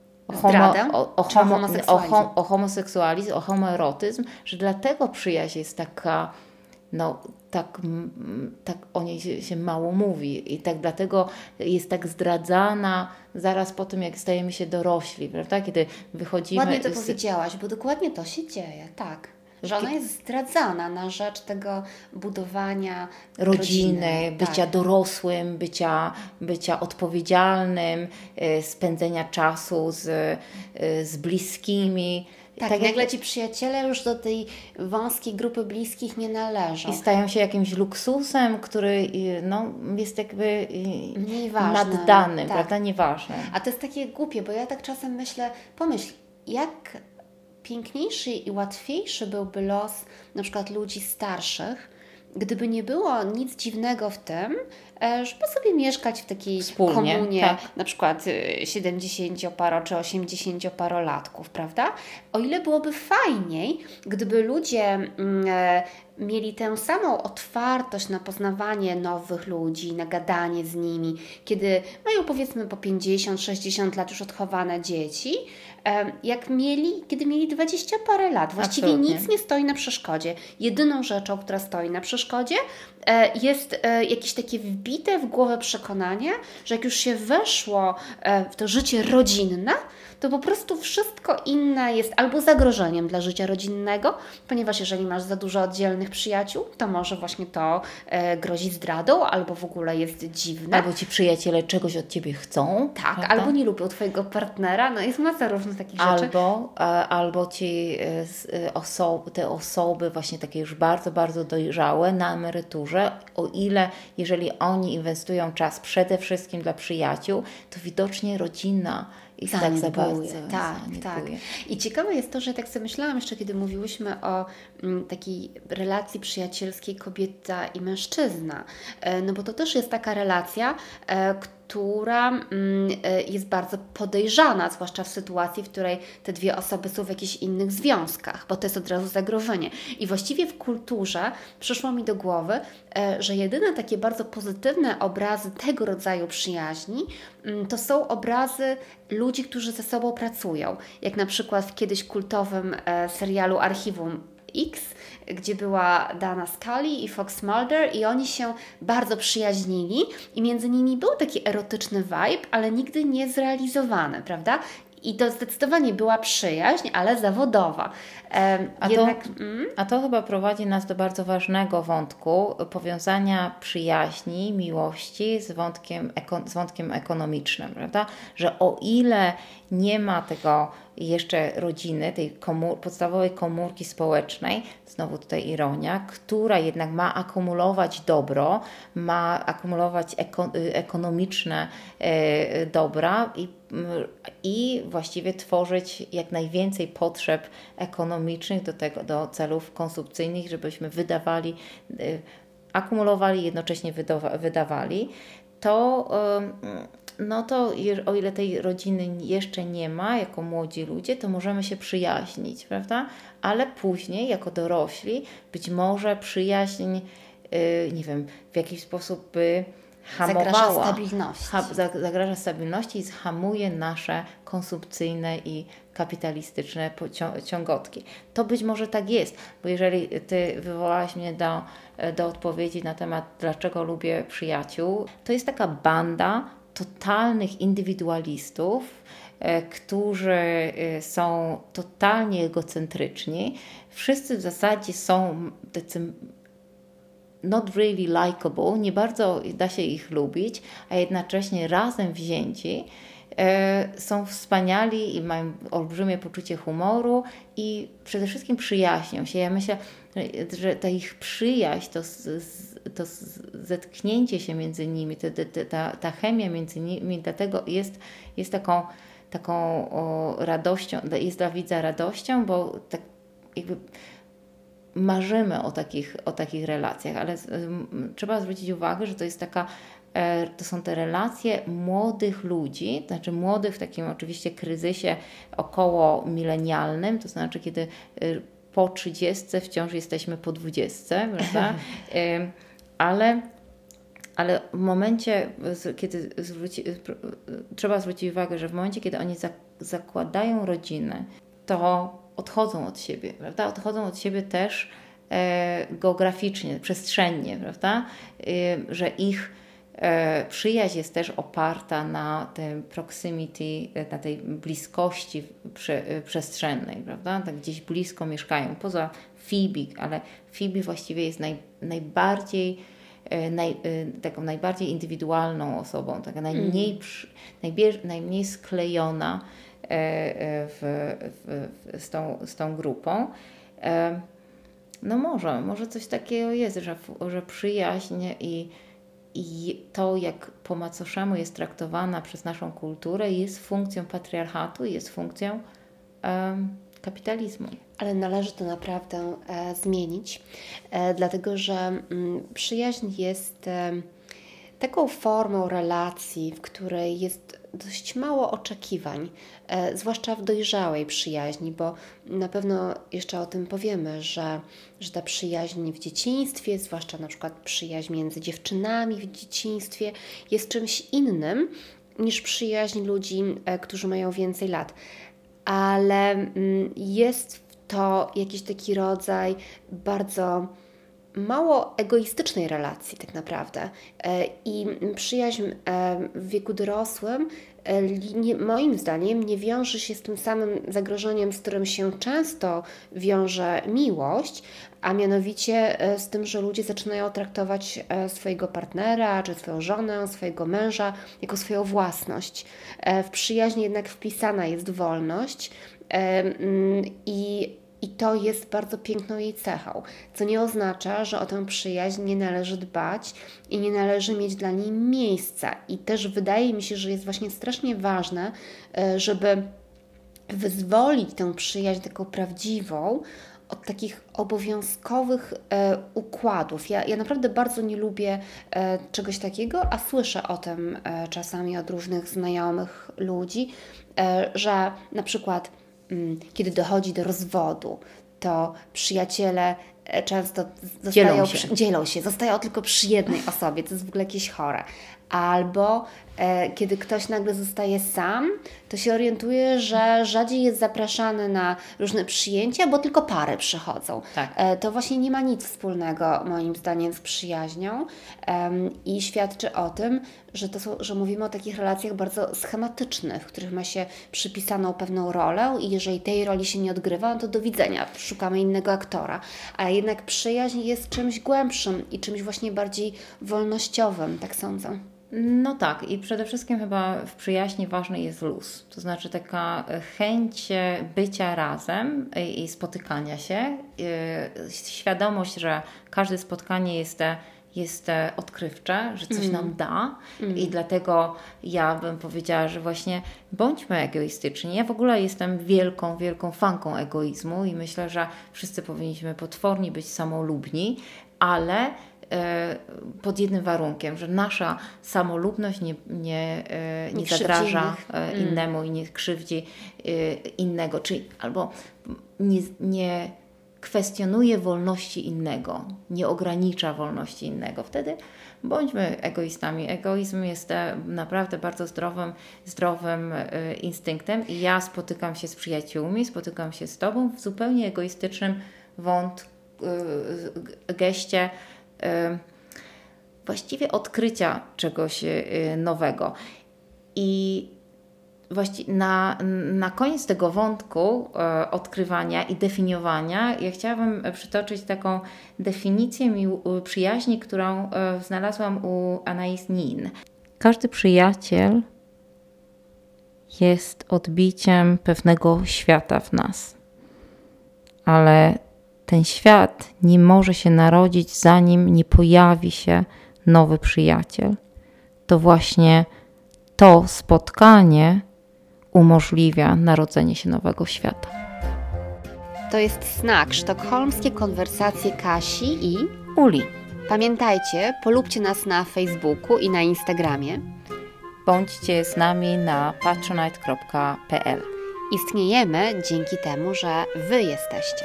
Homo, o, o, homo, o, hom, o homoseksualizm, o homoerotyzm, że dlatego przyjaźń jest taka, no tak, tak o niej się, się mało mówi i tak dlatego jest tak zdradzana zaraz po tym, jak stajemy się dorośli, prawda? Kiedy wychodzimy... Ładnie to z... powiedziałaś, bo dokładnie to się dzieje, tak. Że ona jest zdradzana na rzecz tego budowania rodziny, rodziny bycia tak. dorosłym, bycia, bycia odpowiedzialnym, spędzenia czasu z, z bliskimi. Tak, tak nagle jak... ci przyjaciele już do tej wąskiej grupy bliskich nie należą. I stają się jakimś luksusem, który no, jest jakby mniej ważny, naddanym, tak. prawda? Nieważnym. A to jest takie głupie, bo ja tak czasem myślę, pomyśl, jak piękniejszy i łatwiejszy byłby los na przykład ludzi starszych, gdyby nie było nic dziwnego w tym, żeby sobie mieszkać w takiej Wspólnie, komunie, tak. na przykład siedemdziesięcioparo czy osiemdziesięcioparolatków, prawda? O ile byłoby fajniej, gdyby ludzie mm, mieli tę samą otwartość na poznawanie nowych ludzi, na gadanie z nimi, kiedy mają powiedzmy po pięćdziesiąt sześćdziesiąt lat już odchowane dzieci, jak mieli, kiedy mieli dwadzieścia parę lat. Właściwie Absolutnie. Nic nie stoi na przeszkodzie. Jedyną rzeczą, która stoi na przeszkodzie, jest jakieś takie wbite w głowę przekonanie, że jak już się weszło w to życie rodzinne, to po prostu wszystko inne jest albo zagrożeniem dla życia rodzinnego, ponieważ jeżeli masz za dużo oddzielnych przyjaciół, to może właśnie to e, grozi zdradą, albo w ogóle jest dziwne. Albo ci przyjaciele czegoś od Ciebie chcą. Tak, prawda? Albo nie lubią Twojego partnera, no jest masa różnych takich rzeczy. Albo, e, albo ci e, osoby, te osoby właśnie takie już bardzo, bardzo dojrzałe na emeryturze, o ile, jeżeli oni inwestują czas przede wszystkim dla przyjaciół, to widocznie rodzina ich tak za bardzo tak, tak. I ciekawe jest to, że tak sobie myślałam jeszcze, kiedy mówiłyśmy o m, takiej relacji przyjacielskiej kobieta i mężczyzna. E, no bo to też jest taka relacja, e, która mm, jest bardzo podejrzana, zwłaszcza w sytuacji, w której te dwie osoby są w jakichś innych związkach, bo to jest od razu zagrożenie. I właściwie w kulturze przyszło mi do głowy, e, że jedyne takie bardzo pozytywne obrazy tego rodzaju przyjaźni to są obrazy ludzi, którzy ze sobą pracują. Jak na przykład w kiedyś kultowym e, serialu Archiwum X, gdzie była Dana Scully i Fox Mulder i oni się bardzo przyjaźnili i między nimi był taki erotyczny vibe, ale nigdy nie zrealizowany, prawda? I to zdecydowanie była przyjaźń, ale zawodowa. E, a, jednak, to, mm? a to chyba prowadzi nas do bardzo ważnego wątku powiązania przyjaźni, miłości z wątkiem, eko, z wątkiem ekonomicznym, prawda? Że o ile nie ma tego jeszcze rodziny, tej komór, podstawowej komórki społecznej, znowu tutaj ironia, która jednak ma akumulować dobro, ma akumulować eko, ekonomiczne e, dobra i, i właściwie tworzyć jak najwięcej potrzeb ekonomicznych do, tego, do celów konsumpcyjnych, żebyśmy wydawali, e, akumulowali, jednocześnie wydawa, wydawali, to e, no to o ile tej rodziny jeszcze nie ma, jako młodzi ludzie, to możemy się przyjaźnić, prawda? Ale później, jako dorośli, być może przyjaźń, yy, nie wiem, w jakiś sposób by hamowała. Zagraża stabilności. Ha, zagraża stabilności i zhamuje nasze konsumpcyjne i kapitalistyczne ciągotki. To być może tak jest, bo jeżeli Ty wywołałaś mnie do, do odpowiedzi na temat, dlaczego lubię przyjaciół, to jest taka banda totalnych indywidualistów, e, którzy e, są totalnie egocentryczni. Wszyscy w zasadzie są tacy not really likable, nie bardzo da się ich lubić, a jednocześnie razem wzięci e, są wspaniali i mają olbrzymie poczucie humoru i przede wszystkim przyjaźnią się. Ja myślę, że ta ich przyjaźń, to, to zetknięcie się między nimi, ta, ta, ta chemia między nimi, dlatego jest, jest taką, taką o, radością, jest dla widza radością, bo tak jakby marzymy o takich, o takich relacjach, ale um, trzeba zwrócić uwagę, że to jest taka, e, to są te relacje młodych ludzi, to znaczy młodych w takim oczywiście kryzysie około milenialnym, to znaczy kiedy y, po trzydziestce wciąż jesteśmy po dwudziestce, prawda? Y, ale ale w momencie, kiedy zwróci, trzeba zwrócić uwagę, że w momencie, kiedy oni zakładają rodziny, to odchodzą od siebie, prawda? Odchodzą od siebie też e, geograficznie, przestrzennie, prawda? E, że ich e, przyjaźń jest też oparta na tym proximity, na tej bliskości prze, przestrzennej, prawda? Tak gdzieś blisko mieszkają, poza Phoebe, ale Phoebe właściwie jest naj, najbardziej Naj, taką najbardziej indywidualną osobą, taka najmniej, mm. przy, najbierz, najmniej sklejona w, w, w, z, tą, z tą grupą. No może, może coś takiego jest, że, że przyjaźń i, i to, jak po macoszemu jest traktowana przez naszą kulturę, jest funkcją patriarchatu, jest funkcją um, kapitalizmu. Ale należy to naprawdę e, zmienić, e, dlatego że m, przyjaźń jest e, taką formą relacji, w której jest dość mało oczekiwań, e, zwłaszcza w dojrzałej przyjaźni, bo na pewno jeszcze o tym powiemy, że, że ta przyjaźń w dzieciństwie, zwłaszcza na przykład przyjaźń między dziewczynami w dzieciństwie, jest czymś innym niż przyjaźń ludzi, e, którzy mają więcej lat. Ale m, jest to jakiś taki rodzaj bardzo mało egoistycznej relacji tak naprawdę. I przyjaźń w wieku dorosłym moim zdaniem nie wiąże się z tym samym zagrożeniem, z którym się często wiąże miłość, a mianowicie z tym, że ludzie zaczynają traktować swojego partnera, czy swoją żonę, swojego męża jako swoją własność. W przyjaźni jednak wpisana jest wolność i I to jest bardzo piękną jej cechą, co nie oznacza, że o tę przyjaźń nie należy dbać i nie należy mieć dla niej miejsca. I też wydaje mi się, że jest właśnie strasznie ważne, żeby wyzwolić tę przyjaźń taką prawdziwą od takich obowiązkowych e, układów. Ja, ja naprawdę bardzo nie lubię e, czegoś takiego, a słyszę o tym e, czasami od różnych znajomych ludzi, e, że na przykład kiedy dochodzi do rozwodu, to przyjaciele często zostają, dzielą się. Przy, dzielą się, zostają tylko przy jednej osobie, to jest w ogóle jakieś chore. Albo e, kiedy ktoś nagle zostaje sam, to się orientuje, że rzadziej jest zapraszany na różne przyjęcia, bo tylko pary przychodzą. Tak. E, to właśnie nie ma nic wspólnego moim zdaniem z przyjaźnią e, i świadczy o tym, że, to są, że mówimy o takich relacjach bardzo schematycznych, w których ma się przypisaną pewną rolę i jeżeli tej roli się nie odgrywa, no to do widzenia, szukamy innego aktora. A jednak przyjaźń jest czymś głębszym i czymś właśnie bardziej wolnościowym, tak sądzę. No tak, i przede wszystkim chyba w przyjaźni ważny jest luz. To znaczy taka chęć bycia razem i spotykania się. Świadomość, że każde spotkanie jest, jest odkrywcze, że coś mm. nam da mm. i dlatego ja bym powiedziała, że właśnie bądźmy egoistyczni. Ja w ogóle jestem wielką, wielką fanką egoizmu i myślę, że wszyscy powinniśmy potwornie być samolubni, ale pod jednym warunkiem, że nasza samolubność nie, nie, nie, nie zagraża innych. innemu mm. i nie krzywdzi innego, czyli albo nie, nie kwestionuje wolności innego, nie ogranicza wolności innego. Wtedy bądźmy egoistami. Egoizm jest naprawdę bardzo zdrowym, zdrowym instynktem i ja spotykam się z przyjaciółmi, spotykam się z Tobą w zupełnie egoistycznym wąt, geście właściwie odkrycia czegoś nowego. I właściwie na, na koniec tego wątku e, odkrywania i definiowania ja chciałabym przytoczyć taką definicję mił- przyjaźni, którą e, znalazłam u Anais Nin. Każdy przyjaciel jest odbiciem pewnego świata w nas, ale ten świat nie może się narodzić, zanim nie pojawi się nowy przyjaciel. To właśnie to spotkanie umożliwia narodzenie się nowego świata. To jest Snak, sztokholmskie konwersacje Kasi i Uli. Pamiętajcie, polubcie nas na Facebooku i na Instagramie. Bądźcie z nami na patronite kropka p l. Istniejemy dzięki temu, że Wy jesteście.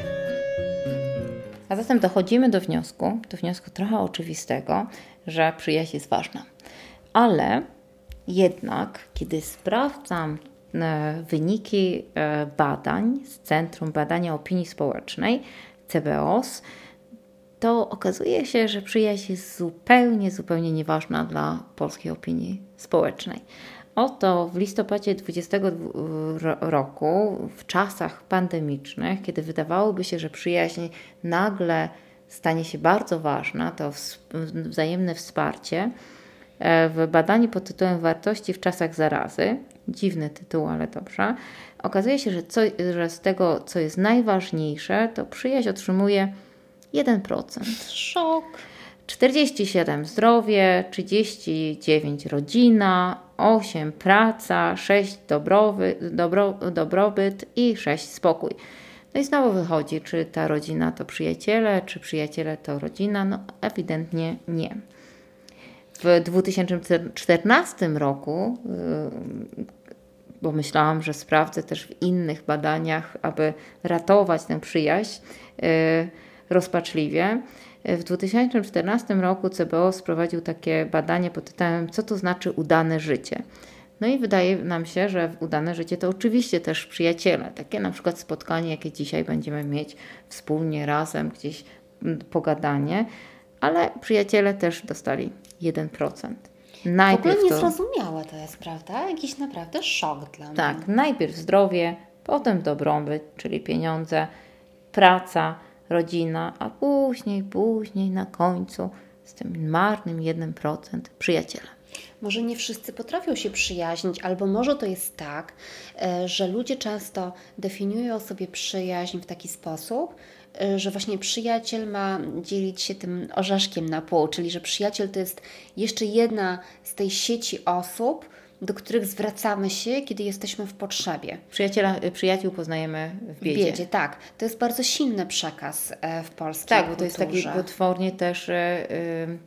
A zatem dochodzimy do wniosku, do wniosku trochę oczywistego, że przyjaźń jest ważna. Ale jednak, kiedy sprawdzam wyniki badań z Centrum Badania Opinii Społecznej, C B O S, to okazuje się, że przyjaźń jest zupełnie, zupełnie nieważna dla polskiej opinii społecznej. Oto w listopadzie dwudziestego roku, w czasach pandemicznych, kiedy wydawałoby się, że przyjaźń nagle stanie się bardzo ważna, to wzajemne wsparcie, w badaniu pod tytułem Wartości w czasach zarazy, dziwny tytuł, ale dobrze, okazuje się, że, co, że z tego, co jest najważniejsze, to przyjaźń otrzymuje jeden procent. Szok. czterdzieści siedem zdrowie, trzydzieści dziewięć rodzina, osiem praca, sześć dobrowy, dobro, dobrobyt i sześć spokój. No i znowu wychodzi, czy ta rodzina to przyjaciele, czy przyjaciele to rodzina? No ewidentnie nie. W dwa tysiące czternastym roku, bo myślałam, że sprawdzę też w innych badaniach, aby ratować tę przyjaźń rozpaczliwie, w dwa tysiące czternastym roku C B O S prowadził takie badanie pod tytułem co to znaczy udane życie. No i wydaje nam się, że udane życie to oczywiście też przyjaciele. Takie na przykład spotkanie, jakie dzisiaj będziemy mieć wspólnie, razem, gdzieś pogadanie, ale przyjaciele też dostali jeden procent. Najpierw w ogóle niezrozumiałe to jest, prawda? Jakiś naprawdę szok dla mnie. Tak, najpierw zdrowie, potem dobrobyt, czyli pieniądze, praca, rodzina, a później, później na końcu z tym marnym jeden procent przyjaciele. Może nie wszyscy potrafią się przyjaźnić, albo może to jest tak, że ludzie często definiują sobie przyjaźń w taki sposób, że właśnie przyjaciel ma dzielić się tym orzeszkiem na pół, czyli że przyjaciel to jest jeszcze jedna z tej sieci osób, do których zwracamy się, kiedy jesteśmy w potrzebie. Przyjaciela, przyjaciół poznajemy w biedzie. W biedzie, tak. To jest bardzo silny przekaz w polskiej Tak, kulturze. bo to jest taki potwornie też yy,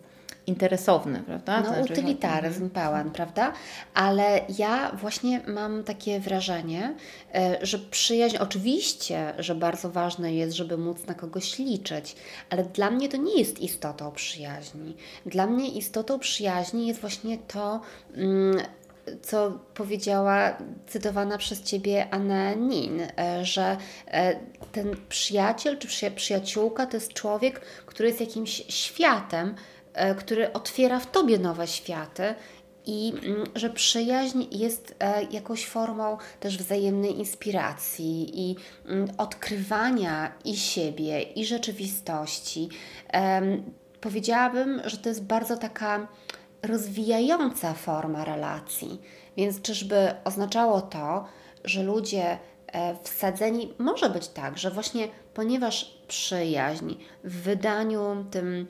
interesowny, prawda? No, Znaczy, utylitaryzm mhm. pełen, prawda? Ale ja właśnie mam takie wrażenie, e, że przyjaźń, oczywiście, że bardzo ważne jest, żeby móc na kogoś liczyć, ale dla mnie to nie jest istotą przyjaźni. Dla mnie istotą przyjaźni jest właśnie to, mm, co powiedziała cytowana przez Ciebie Anna Nin, e, że e, ten przyjaciel czy przyja- przyjaciółka to jest człowiek, który jest jakimś światem, e, który otwiera w Tobie nowe światy i mm, że przyjaźń jest e, jakąś formą też wzajemnej inspiracji i mm, odkrywania i siebie, i rzeczywistości. Em, powiedziałabym, że to jest bardzo taka rozwijająca forma relacji. Więc czyżby oznaczało to, że ludzie e, wsadzeni, może być tak, że właśnie ponieważ przyjaźń w wydaniu tym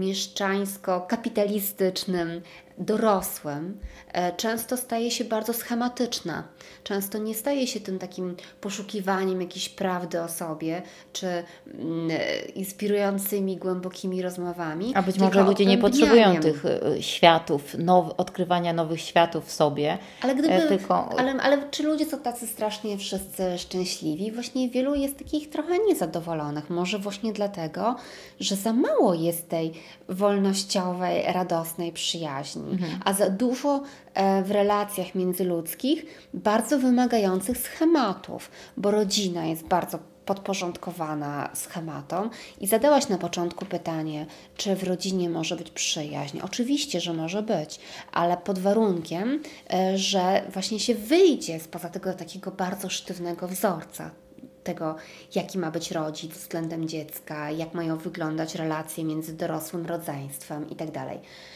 mieszczańsko-kapitalistycznym, dorosłym, e, często staje się bardzo schematyczna. Często nie staje się tym takim poszukiwaniem jakiejś prawdy o sobie, czy mm, inspirującymi, głębokimi rozmowami. A być tylko może ludzie nie potrzebują odbębnianiem. tych y, światów, now, odkrywania nowych światów w sobie. Ale, gdyby, e, tylko ale, ale czy ludzie są tacy strasznie wszyscy szczęśliwi? Właśnie wielu jest takich trochę niezadowolonych. Może właśnie dlatego, że za mało jest tej wolnościowej, radosnej przyjaźni, Mhm. a za dużo e, w relacjach międzyludzkich bardzo wymagających schematów, bo rodzina jest bardzo podporządkowana schematom i zadałaś na początku pytanie, czy w rodzinie może być przyjaźń. Oczywiście, że może być, ale pod warunkiem, e, że właśnie się wyjdzie spoza tego takiego bardzo sztywnego wzorca tego, jaki ma być rodzic względem dziecka, jak mają wyglądać relacje między dorosłym rodzeństwem itd.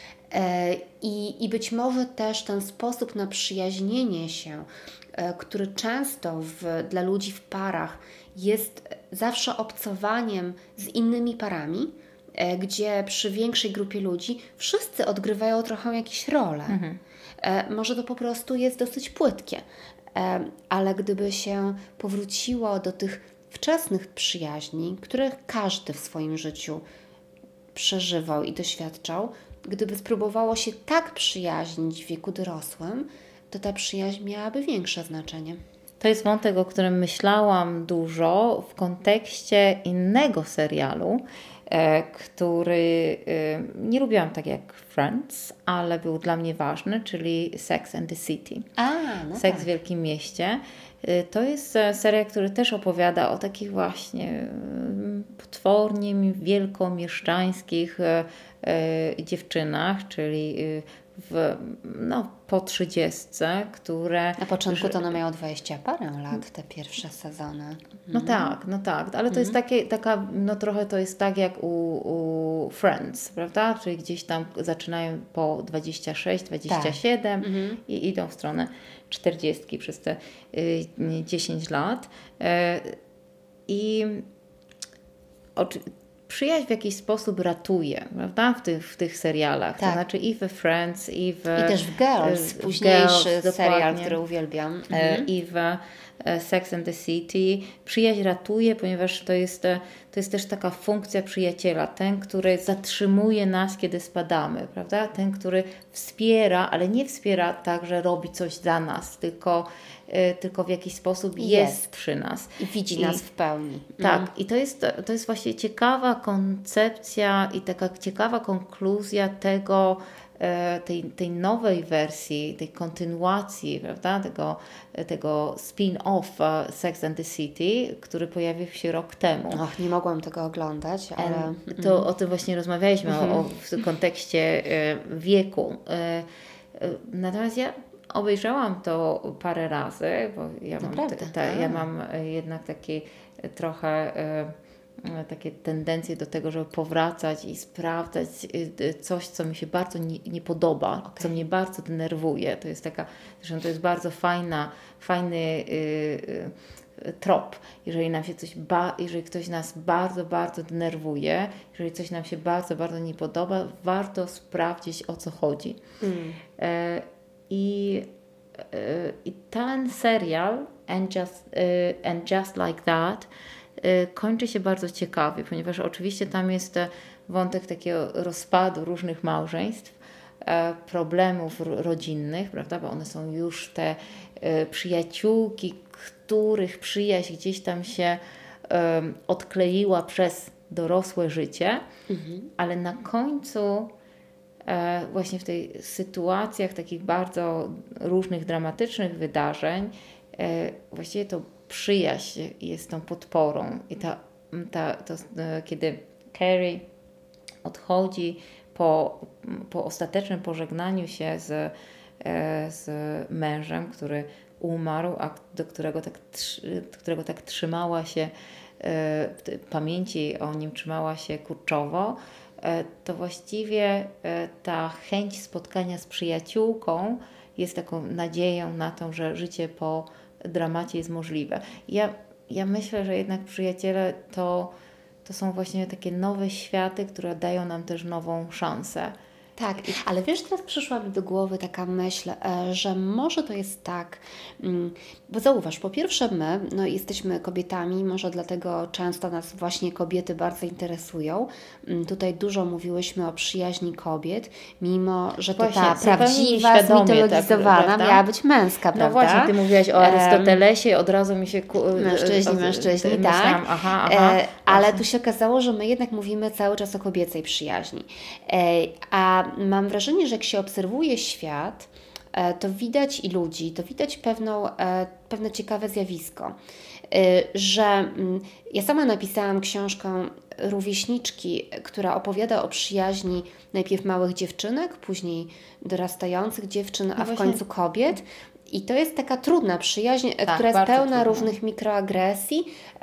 E, I, I być może też ten sposób na przyjaźnienie się, e, który często w, dla ludzi w parach jest zawsze obcowaniem z innymi parami, e, gdzie przy większej grupie ludzi wszyscy odgrywają trochę jakieś role. Mhm. E, może to po prostu jest dosyć płytkie, e, ale gdyby się powróciło do tych wczesnych przyjaźni, które każdy w swoim życiu przeżywał i doświadczał, gdyby spróbowało się tak przyjaźnić w wieku dorosłym, to ta przyjaźń miałaby większe znaczenie. To jest wątek, o którym myślałam dużo w kontekście innego serialu, e, który e, nie lubiłam tak jak Friends, ale był dla mnie ważny, czyli Sex and the City. A, no Seks tak. w Wielkim Mieście. E, To jest e, serial, który też opowiada o takich właśnie e, potwornie wielkomieszczańskich e, e, dziewczynach, czyli e, w, no, po trzydziestce, które... Na początku że- to one miało dwadzieścia parę lat, te pierwsze sezony. No tak, no tak, ale to jest takie, taka, no trochę to jest tak jak u, u Friends, prawda? Czyli gdzieś tam zaczynają po dwadzieścia sześć, dwadzieścia siedem i idą w stronę czterdziestki przez te y, dziesięć lat. E, I oczy, przyjaźń w jakiś sposób ratuje, prawda? W tych, w tych serialach. Tak. To znaczy i we Friends, i w... I też w Girls, w późniejszy Girls, serial, dokładnie. który uwielbiam. E, i w e, Sex and the City. Przyjaźń ratuje, ponieważ to jest, e, to jest też taka funkcja przyjaciela. Ten, który zatrzymuje nas, kiedy spadamy, prawda? Ten, który wspiera, ale nie wspiera tak, że robi coś za nas, tylko, e, tylko w jakiś sposób jest, Jest. przy nas. I widzi I- nas w pełni. Tak, i to jest, to jest właśnie ciekawa koncepcja i taka ciekawa konkluzja tego, e, tej, tej nowej wersji, tej kontynuacji, prawda, tego, tego spin-off e, Sex and the City, który pojawił się rok temu. Och, nie mogłam tego oglądać, ale... Em, To o tym właśnie rozmawialiśmy, o, o, w kontekście e, wieku. E, e, Natomiast ja obejrzałam to parę razy, bo ja mam, Naprawdę? te, te, A. ja mam e, jednak taki e, trochę e, e, takie tendencje do tego, żeby powracać i sprawdzać e, e, coś, co mi się bardzo nie, nie podoba, Okej. co mnie bardzo denerwuje. To jest taka, zresztą to jest bardzo fajna, fajny e, e, trop. Jeżeli nam się coś, ba- jeżeli ktoś nas bardzo, bardzo denerwuje, jeżeli coś nam się bardzo, bardzo nie podoba, warto sprawdzić, o co chodzi. Mm. E, I, e, I ten serial and just, e, and just Like That e, kończy się bardzo ciekawie, ponieważ oczywiście tam jest e, wątek takiego rozpadu różnych małżeństw, problemów rodzinnych, prawda, bo one są już te przyjaciółki, których przyjaźń gdzieś tam się odkleiła przez dorosłe życie, mhm. ale na końcu właśnie w tych sytuacjach takich bardzo różnych dramatycznych wydarzeń właściwie to przyjaźń jest tą podporą i ta, ta, to, kiedy Carrie odchodzi po, po ostatecznym pożegnaniu się z, z mężem, który umarł, a do którego tak, do którego tak trzymała się w pamięci o nim trzymała się kurczowo, to właściwie ta chęć spotkania z przyjaciółką jest taką nadzieją na to, że życie po dramacie jest możliwe. Ja, ja myślę, że jednak przyjaciele to, to są właśnie takie nowe światy, które dają nam też nową szansę. Tak, ale wiesz, teraz przyszła mi do głowy taka myśl, że może to jest tak, bo zauważ, po pierwsze my no, jesteśmy kobietami, może dlatego często nas właśnie kobiety bardzo interesują. Tutaj dużo mówiłyśmy o przyjaźni kobiet, mimo że to właśnie, ta prawdziwa, zmitologizowana tak, miała być męska, prawda? No właśnie, Ty mówiłaś o Arystotelesie, od razu mi się... Ku... Mężczyźni, o, mężczyźni, myślałam, tak. Aha, aha, e, ale tu się okazało, że my jednak mówimy cały czas o kobiecej przyjaźni. E, a mam wrażenie, że jak się obserwuje świat, to widać i ludzi, to widać pewną, pewne ciekawe zjawisko, że ja sama napisałam książkę Rówieśniczki, która opowiada o przyjaźni najpierw małych dziewczynek, później dorastających dziewczyn, a w końcu kobiet. I to jest taka trudna przyjaźń, tak, która jest pełna trudna. różnych mikroagresji.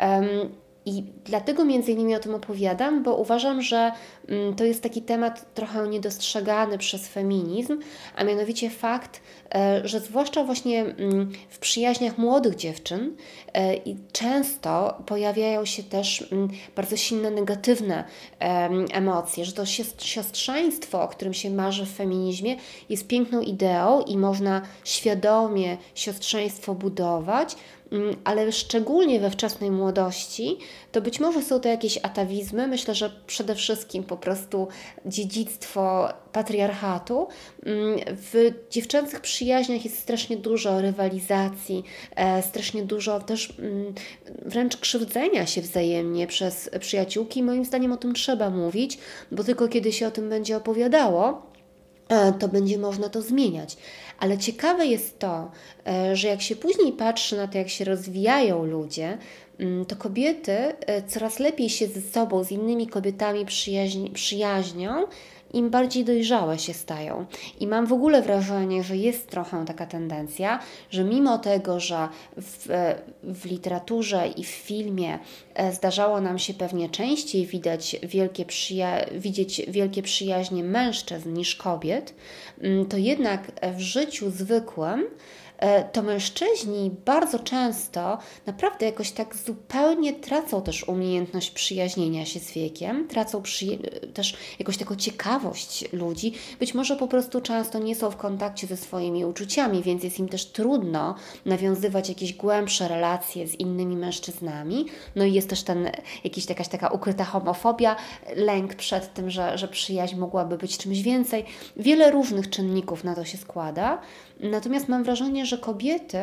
I dlatego między innymi o tym opowiadam, bo uważam, że to jest taki temat trochę niedostrzegany przez feminizm, a mianowicie fakt, że zwłaszcza właśnie w przyjaźniach młodych dziewczyn i często pojawiają się też bardzo silne negatywne emocje, że to siostrzeństwo, o którym się marzy w feminizmie, jest piękną ideą i można świadomie siostrzeństwo budować, ale szczególnie we wczesnej młodości, to być może są to jakieś atawizmy. Myślę, że przede wszystkim po prostu dziedzictwo patriarchatu. W dziewczęcych przyjaźniach jest strasznie dużo rywalizacji, strasznie dużo też wręcz krzywdzenia się wzajemnie przez przyjaciółki. Moim zdaniem o tym trzeba mówić, bo tylko kiedy się o tym będzie opowiadało, to będzie można to zmieniać. Ale ciekawe jest to, że jak się później patrzy na to, jak się rozwijają ludzie, to kobiety coraz lepiej się ze sobą, z innymi kobietami przyjaźni, przyjaźnią, im bardziej dojrzałe się stają. I mam w ogóle wrażenie, że jest trochę taka tendencja, że mimo tego, że w, w literaturze i w filmie zdarzało nam się pewnie częściej widać wielkie przyja- widzieć wielkie przyjaźnie mężczyzn niż kobiet, to jednak w życiu zwykłym to mężczyźni bardzo często naprawdę jakoś tak zupełnie tracą też umiejętność przyjaźnienia się z wiekiem, tracą przy... też jakąś taką ciekawość ludzi. Być może po prostu często nie są w kontakcie ze swoimi uczuciami, więc jest im też trudno nawiązywać jakieś głębsze relacje z innymi mężczyznami. No i jest też ten, jakiś, jakaś taka ukryta homofobia, lęk przed tym, że, że przyjaźń mogłaby być czymś więcej. Wiele różnych czynników na to się składa. Natomiast mam wrażenie, że kobiety,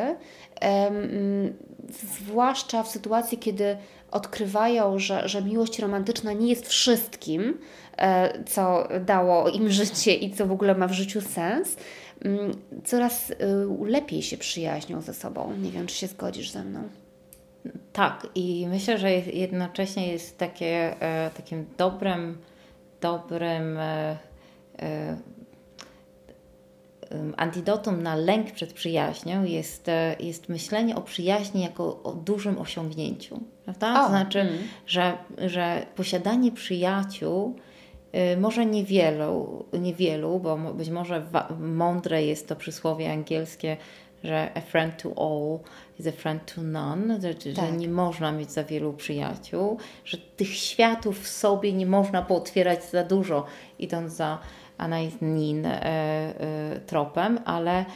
em, zwłaszcza w sytuacji, kiedy odkrywają, że, że miłość romantyczna nie jest wszystkim, e, co dało im życie i co w ogóle ma w życiu sens, m, coraz y, lepiej się przyjaźnią ze sobą. Nie wiem, czy się zgodzisz ze mną. Tak, i myślę, że jednocześnie jest takie, e, takim dobrym, dobrym e, e, antidotum na lęk przed przyjaźnią jest, jest myślenie o przyjaźni jako o dużym osiągnięciu, prawda? O, to znaczy, mm. że, że posiadanie przyjaciół y, może niewielu, niewielu, bo być może wa- mądre jest to przysłowie angielskie, że a friend to all is a friend to none, że, tak. że nie można mieć za wielu przyjaciół, że tych światów w sobie nie można pootwierać za dużo, idąc za Anais Nin e, e, tropem, ale, e,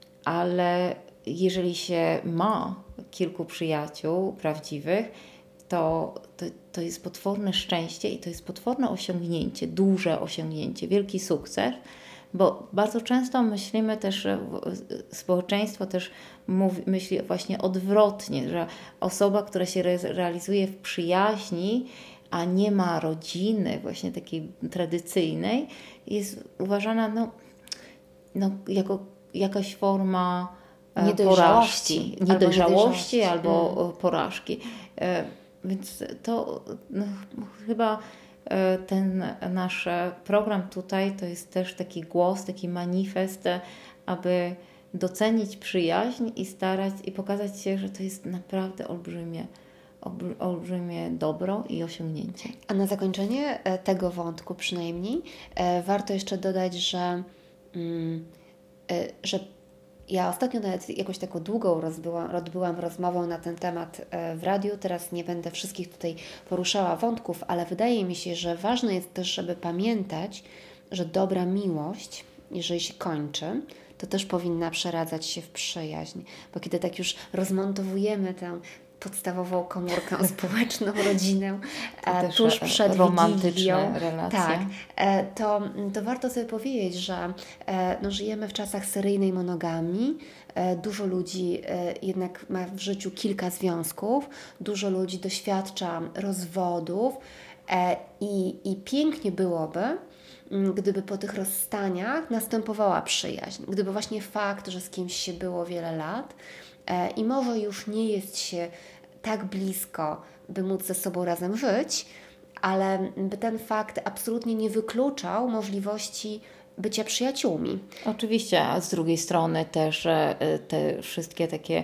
ale jeżeli się ma kilku przyjaciół prawdziwych, to, to, to jest potworne szczęście i to jest potworne osiągnięcie, duże osiągnięcie, wielki sukces, bo bardzo często myślimy też, że społeczeństwo też mówi, myśli właśnie odwrotnie, że osoba, która się re, realizuje w przyjaźni, a nie ma rodziny właśnie takiej tradycyjnej, jest uważana no, no, jako jakaś forma niedojrzałości, porażki, niedojrzałości albo, albo albo porażki. Więc to no, chyba ten nasz program tutaj to jest też taki głos, taki manifest, aby docenić przyjaźń i starać i pokazać się, że to jest naprawdę olbrzymie, olbrzymie dobro i osiągnięcie. A na zakończenie tego wątku przynajmniej warto jeszcze dodać, że, że ja ostatnio nawet jakoś taką długą rozbyłam, odbyłam rozmowę na ten temat w radiu. Teraz nie będę wszystkich tutaj poruszała wątków, ale wydaje mi się, że ważne jest też, żeby pamiętać, że dobra miłość, jeżeli się kończy, to też powinna przeradzać się w przyjaźń. Bo kiedy tak już rozmontowujemy tę podstawową komórkę społeczną, rodzinę, to tuż przed romantyczne relacje. Tak, to, to warto sobie powiedzieć, że no, żyjemy w czasach seryjnej monogamii. Dużo ludzi jednak ma w życiu kilka związków, dużo ludzi doświadcza rozwodów i, i pięknie byłoby, gdyby po tych rozstaniach następowała przyjaźń, gdyby właśnie fakt, że z kimś się było wiele lat i może już nie jest się tak blisko, by móc ze sobą razem żyć, ale by ten fakt absolutnie nie wykluczał możliwości bycia przyjaciółmi. Oczywiście, a z drugiej strony też te wszystkie takie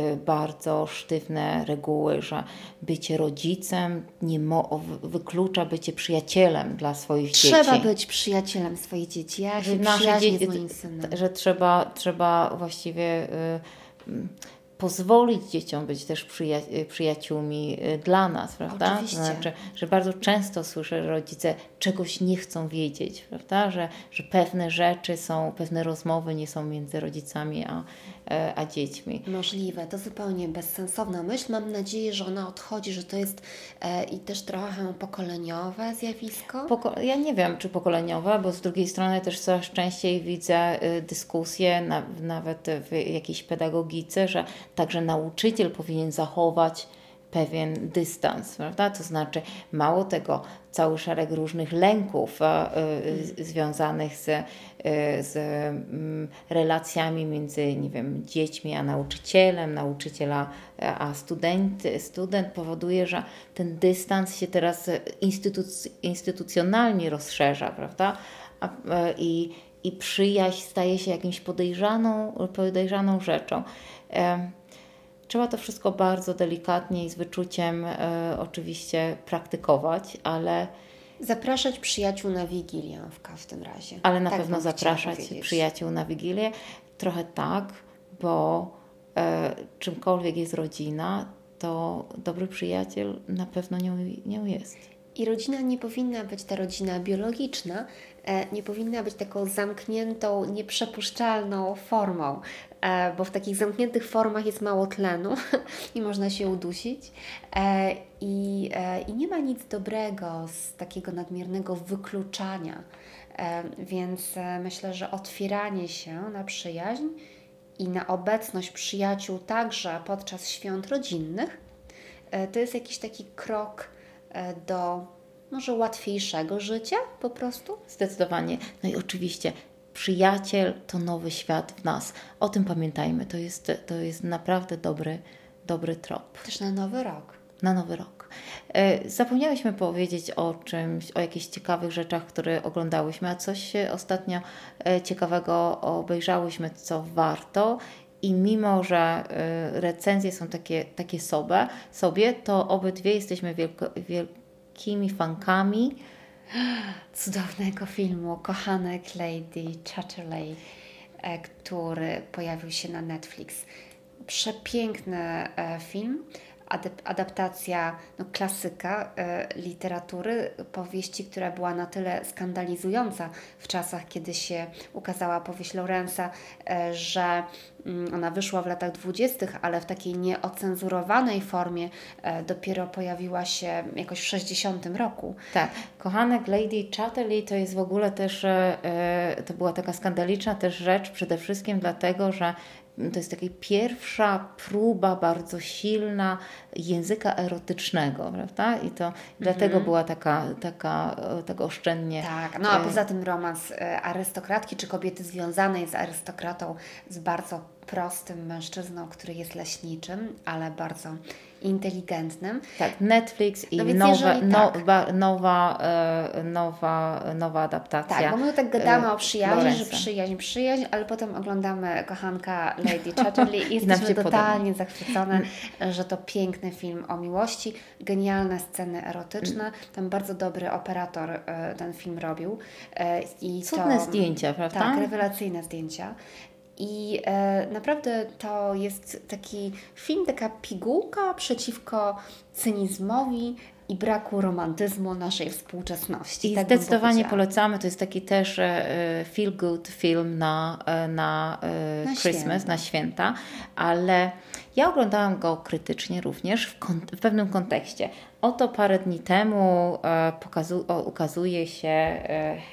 bardzo sztywne reguły, że bycie rodzicem nie mo- wyklucza bycie przyjacielem dla swoich trzeba dzieci. Trzeba być przyjacielem swoich dzieci. Ja się przyjaźnię z moim synem. Że trzeba, trzeba właściwie y, y, pozwolić dzieciom być też przyja- przyjaciółmi dla nas, prawda? Oczywiście. To znaczy, że bardzo często słyszę, że rodzice czegoś nie chcą wiedzieć, prawda? Że, że pewne rzeczy są, pewne rozmowy nie są między rodzicami a, a dziećmi. Możliwe, to zupełnie bezsensowna myśl. Mam nadzieję, że ona odchodzi, że to jest e, i też trochę pokoleniowe zjawisko. Poko- ja nie wiem, czy pokoleniowe, bo z drugiej strony też coraz częściej widzę y, dyskusje, na, nawet w jakiejś pedagogice, że także nauczyciel powinien zachować pewien dystans, prawda? To znaczy mało tego, cały szereg różnych lęków e, e, związanych z, e, z m, relacjami między, nie wiem, dziećmi a nauczycielem, nauczyciela a student, student powoduje, że ten dystans się teraz instytuc- instytucjonalnie rozszerza, prawda? A, e, i, i przyjaźń staje się jakimś podejrzaną, podejrzaną rzeczą. E, Trzeba to wszystko bardzo delikatnie i z wyczuciem e, oczywiście praktykować, ale... Zapraszać przyjaciół na Wigilię w każdym razie. Ale na tak pewno zapraszać przyjaciół na Wigilię. Trochę tak, bo e, czymkolwiek jest rodzina, to dobry przyjaciel na pewno nią, nią jest. I rodzina nie powinna być, ta rodzina biologiczna, e, nie powinna być taką zamkniętą, nieprzepuszczalną formą, e, bo w takich zamkniętych formach jest mało tlenu i można się udusić. E, i, e, I nie ma nic dobrego z takiego nadmiernego wykluczania. E, więc e, myślę, że otwieranie się na przyjaźń i na obecność przyjaciół także podczas świąt rodzinnych, e, to jest jakiś taki krok do może łatwiejszego życia po prostu? Zdecydowanie. No i oczywiście przyjaciel to nowy świat w nas. O tym pamiętajmy. To jest, to jest naprawdę dobry, dobry trop. Też na nowy rok. Na nowy rok. Zapomniałyśmy powiedzieć o czymś, o jakichś ciekawych rzeczach, które oglądałyśmy, a coś ostatnio ciekawego obejrzałyśmy, co warto. I mimo, że recenzje są takie, takie sobie, sobie, to obydwie jesteśmy wielko, wielkimi fankami cudownego filmu Kochanek Lady Chatterley, który pojawił się na Netflix. Przepiękny film, adap- adaptacja no, klasyka e, literatury, powieści, która była na tyle skandalizująca w czasach, kiedy się ukazała powieść Lawrence'a, e, że mm, ona wyszła w latach dwudziestych, ale w takiej nieocenzurowanej formie e, dopiero pojawiła się jakoś w sześćdziesiątym roku. Tak, Kochanek Lady Chatterley to jest w ogóle też, e, to była taka skandaliczna też rzecz, przede wszystkim dlatego, że to jest taka pierwsza próba bardzo silna języka erotycznego, prawda? I to dlatego była taka, taka, tak oszczędnie... Tak, no a poza tym romans e, arystokratki, czy kobiety związanej z arystokratą, z bardzo prostym mężczyzną, który jest leśniczym, ale bardzo inteligentnym. Tak, Netflix i No więc nowe, jeżeli no, tak. ba, nowa, e, nowa, nowa adaptacja. Tak, bo my tak gadamy e, o przyjaźni, że Lawrence'a. przyjaźń, przyjaźń, ale potem oglądamy Kochanka Lady Chatterley i I nam jesteśmy się totalnie zachwycone, że to piękny film o miłości, genialne sceny erotyczne, tam bardzo dobry operator e, ten film robił. E, i Cudne to, zdjęcia, prawda? Tak, rewelacyjne zdjęcia. I e, naprawdę to jest taki film, taka pigułka przeciwko cynizmowi i braku romantyzmu naszej współczesności. I tak bym zdecydowanie powiedziała. polecamy. To jest taki też e, feel good film na, e, na, e, Na Christmas, święta. na święta, ale ja oglądałam go krytycznie również w, kon- w pewnym kontekście. Oto parę dni temu e, pokazu- o, ukazuje się e,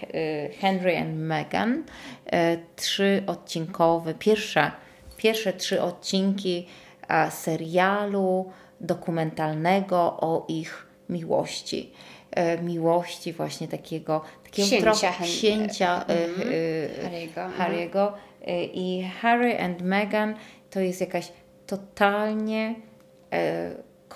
e, Henry and Meghan, e, trzyodcinkowy, pierwsze, pierwsze trzy odcinki e, serialu dokumentalnego o ich miłości. E, miłości właśnie takiego, takiego Księcia trochę Hen- księcia e, Mhm. e, Harry'ego, mhm. Harry'ego. E, I Harry and Meghan to jest jakaś totalnie e,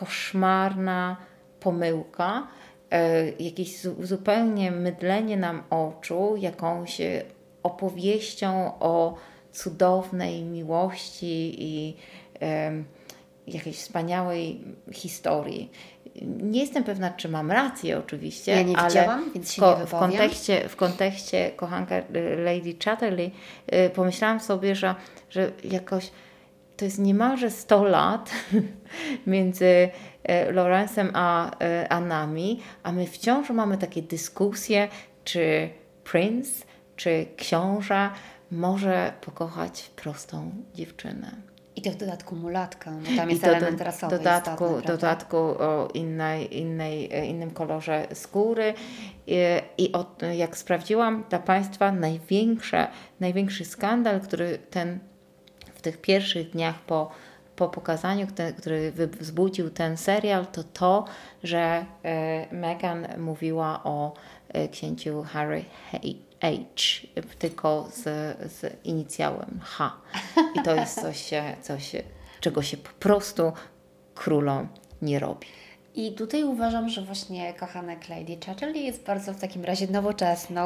koszmarna pomyłka, e, jakieś zu, zupełnie mydlenie nam oczu jakąś e, opowieścią o cudownej miłości i e, jakiejś wspaniałej historii. Nie jestem pewna, czy mam rację oczywiście, Ja nie ale widziałam, więc się ko- nie w wypowiem. kontekście, w kontekście Kochanka y, Lady Chatterley y, pomyślałam sobie, że, że jakoś to jest niemalże sto lat między y, Lawrence'em a, y, a nami, a my wciąż mamy takie dyskusje, czy princ, czy książę może pokochać prostą dziewczynę. I to w dodatku mulatka, bo tam I jest to element do, rasowy dodatku, istotny, prawda? dodatku o innej, innej, innym kolorze skóry. I, i od, jak sprawdziłam dla Państwa, największe, największy skandal, który ten w tych pierwszych dniach po, po pokazaniu, ten, który wy- wzbudził ten serial, to to, że e, Meghan mówiła o e, księciu Harry Hay- H, tylko z, z inicjałem H. I to jest coś, coś, czego się po prostu królom nie robi. I tutaj uważam, że właśnie Kochanek Lady Chatterley jest bardzo w takim razie nowoczesną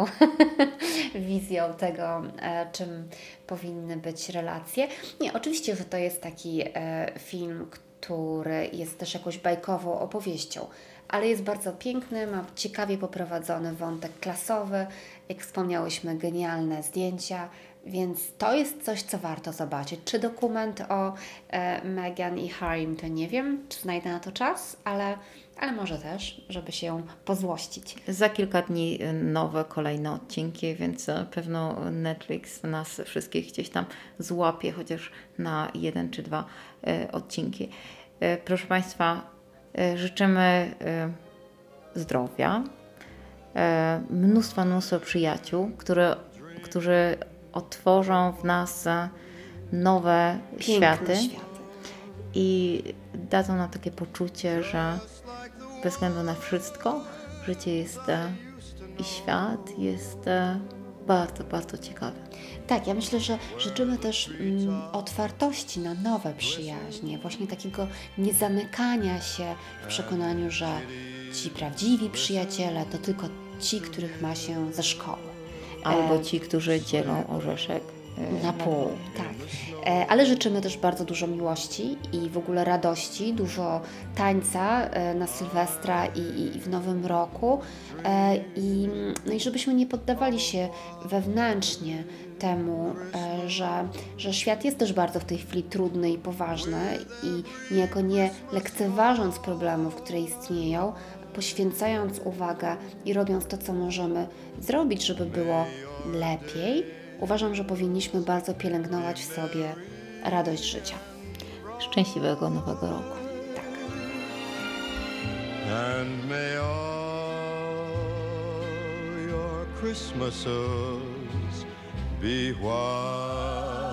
wizją tego, e, czym powinny być relacje. Nie, oczywiście, że to jest taki e, film, który jest też jakąś bajkową opowieścią, ale jest bardzo piękny, ma ciekawie poprowadzony wątek klasowy, jak wspomniałyśmy, genialne zdjęcia, więc to jest coś, co warto zobaczyć. Czy dokument o e, Meghan i Harrym, to nie wiem, czy znajdę na to czas, ale, ale może też, żeby się pozłościć. Za kilka dni nowe, kolejne odcinki, więc pewno Netflix nas wszystkich gdzieś tam złapie, chociaż na jeden czy dwa e, odcinki. E, proszę Państwa, e, życzymy e, zdrowia, e, mnóstwa, mnóstwo przyjaciół, które, którzy otworzą w nas nowe Piękne światy światy. i dadzą nam takie poczucie, że bez względu na wszystko życie jest e, i świat jest e, bardzo, bardzo ciekawy. Tak, ja myślę, że życzymy też mm, otwartości na nowe przyjaźnie, właśnie takiego niezamykania się w przekonaniu, że ci prawdziwi przyjaciele to tylko ci, których ma się ze szkoły. Albo ci, którzy dzielą orzeszek na pół, tak. Ale życzymy też bardzo dużo miłości i w ogóle radości, dużo tańca na Sylwestra i, i w Nowym Roku. I, no i żebyśmy nie poddawali się wewnętrznie temu, że, że świat jest też bardzo w tej chwili trudny i poważny i niejako nie lekceważąc problemów, które istnieją, poświęcając uwagę i robiąc to, co możemy zrobić, żeby było lepiej, uważam, że powinniśmy bardzo pielęgnować w sobie radość życia. Szczęśliwego Nowego Roku. Tak. And may all your Christmases be white.